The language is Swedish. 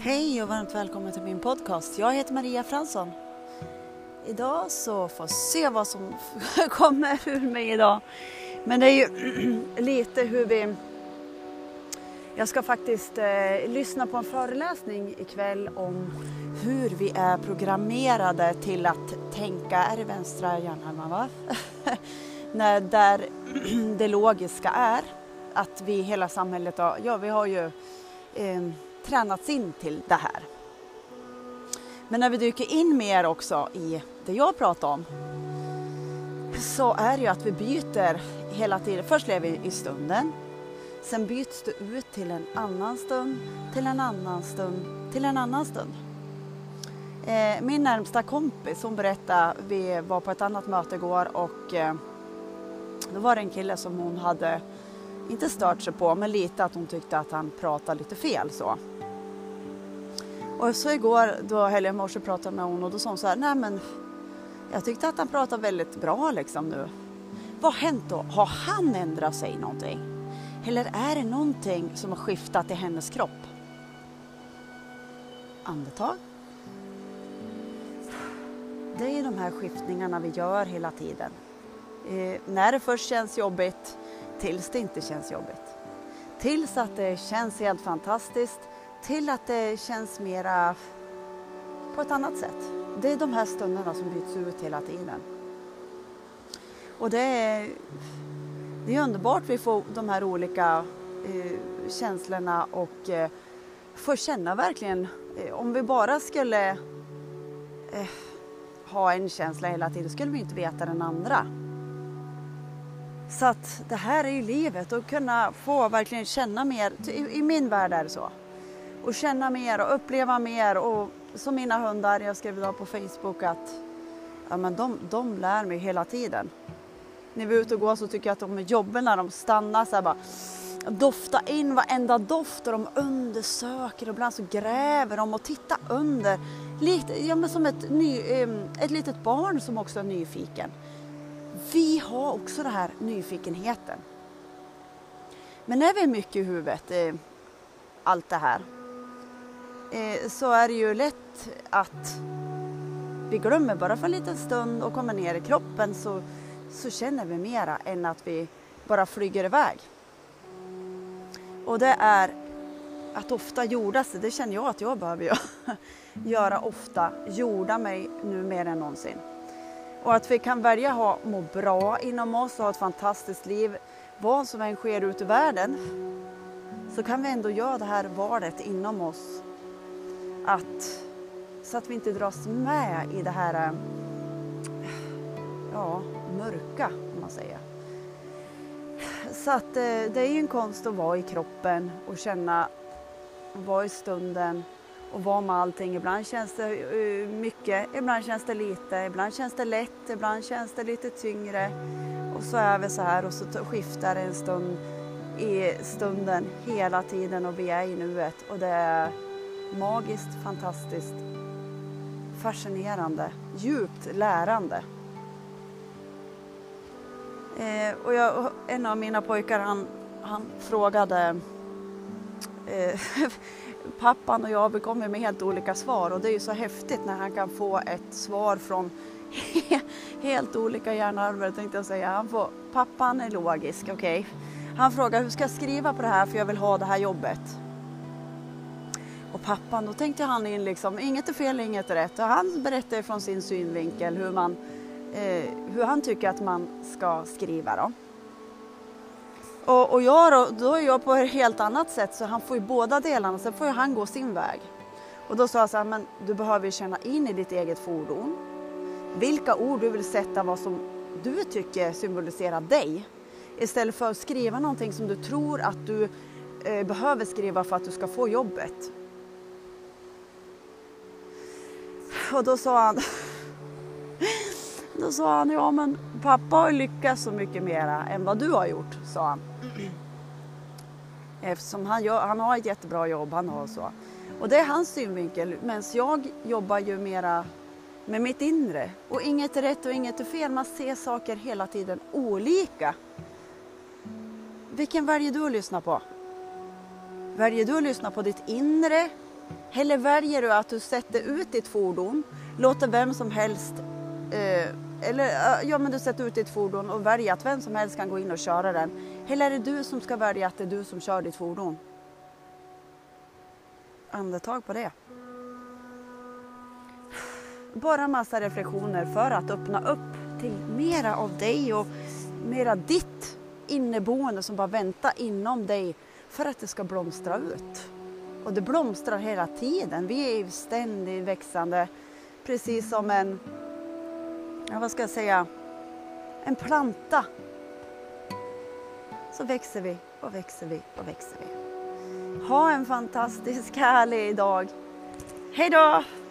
Hej och varmt välkommen till min podcast. Jag heter Maria Fransson. Idag så får se vad som kommer ur mig idag. Men det är ju lite hur vi... Jag ska faktiskt lyssna på en föreläsning ikväll om hur vi är programmerade till att tänka. Är det vänstra hjärnhalvan, va? Där det logiska är att vi hela samhället vi har ju tränats in till det här. Men när vi dyker in mer också i det jag pratar om, så är det ju att vi byter hela tiden. Först lever vi i stunden, sen byts det ut till en annan stund, till en annan stund, till en annan stund. Min närmsta kompis, hon berättade, vi var på ett annat möte igår och då var det en kille som hon hade inte stört sig på, men lite att hon tyckte att han pratade lite fel så. Och så igår, då helgen i morse pratade med hon och då sa hon så här: nej men jag tyckte att han pratade väldigt bra liksom nu. Vad har hänt då? Har han ändrat sig någonting? Eller är det någonting som har skiftat i hennes kropp? Andetag. Det är de här skiftningarna vi gör hela tiden. När det först känns jobbigt, tills det inte känns jobbigt. Tills att det känns helt fantastiskt, till att det känns mera på ett annat sätt. Det är de här stunderna som byts ut hela tiden. Och det är underbart, vi får de här olika känslorna och får känna verkligen, om vi bara skulle ha en känsla hela tiden skulle vi inte veta den andra. Så att det här är ju livet, och kunna få verkligen känna mer, i min värld är det så. Och känna mer och uppleva mer, och som mina hundar, jag skrev idag på Facebook att ja, men de lär mig hela tiden. När vi är ute och går så tycker jag att de är jobbiga när de stannar så här, bara dofta in varenda doft, och de undersöker och ibland så gräver de och tittar under. Lite, ja, men som ett litet barn som också är nyfiken. Vi har också den här nyfikenheten. Men när vi är mycket i huvudet, allt det här, så är det ju lätt att vi glömmer bara för en liten stund och kommer ner i kroppen, så känner vi mera än att vi bara flyger iväg. Och det är att ofta jorda sig, det känner jag att jag behöver göra ofta, jorda mig nu mer än någonsin. Och att vi kan välja att må bra inom oss och ha ett fantastiskt liv. Vad som än sker ut i världen, så kan vi ändå göra det här valet inom oss. Så att vi inte dras med i det här mörka, om man säger. Så att det är ju en konst att vara i kroppen och känna, vara i stunden och vara med allting. Ibland känns det mycket, ibland känns det lite, ibland känns det lätt, ibland känns det lite tyngre. Och så är vi så här, och så skiftar det en stund i stunden hela tiden, och vi är i nuet. Och det är magiskt, fantastiskt, fascinerande, djupt lärande. Och en av mina pojkar, han frågade pappan och jag, vi kommer med helt olika svar, och det är ju så häftigt när han kan få ett svar från helt olika hjärnhalvor, tänkte jag säga. Pappan är logisk, okej. Han frågar, hur ska jag skriva på det här för jag vill ha det här jobbet? Och pappan, då tänkte han in liksom, inget är fel, inget är rätt. Och han berättar från sin synvinkel hur han tycker att man ska skriva då. Och då är jag på ett helt annat sätt, så han får ju båda delarna, sen får ju han gå sin väg. Och då sa jag så här, men du behöver ju känna in i ditt eget fordon vilka ord du vill sätta, vad som du tycker symboliserar dig, istället för att skriva någonting som du tror att du behöver skriva för att du ska få jobbet. Och då sa han, ja men pappa har lyckats så mycket mera än vad du har gjort, sa han. Eftersom han har ett jättebra jobb, han har så. Och det är hans synvinkel, men jag jobbar ju mera med mitt inre. Och inget är rätt och inget är fel, man ser saker hela tiden olika. Vilken väljer du att lyssna på? Väljer du att lyssna på ditt inre Eller väljer du att du sätter ut ditt fordon, låter vem som helst, du sätter ut ditt fordon och väljer att vem som helst kan gå in och köra den. Eller är det du som ska välja att det är du som kör ditt fordon? Andetag på det. Bara massa reflektioner för att öppna upp till mera av dig och mera ditt inneboende som bara väntar inom dig för att det ska blomstra ut. Och det blomstrar hela tiden. Vi är ständigt växande, precis som en planta. Så växer vi och växer vi och växer vi. Ha en fantastisk härlig dag. Hej då!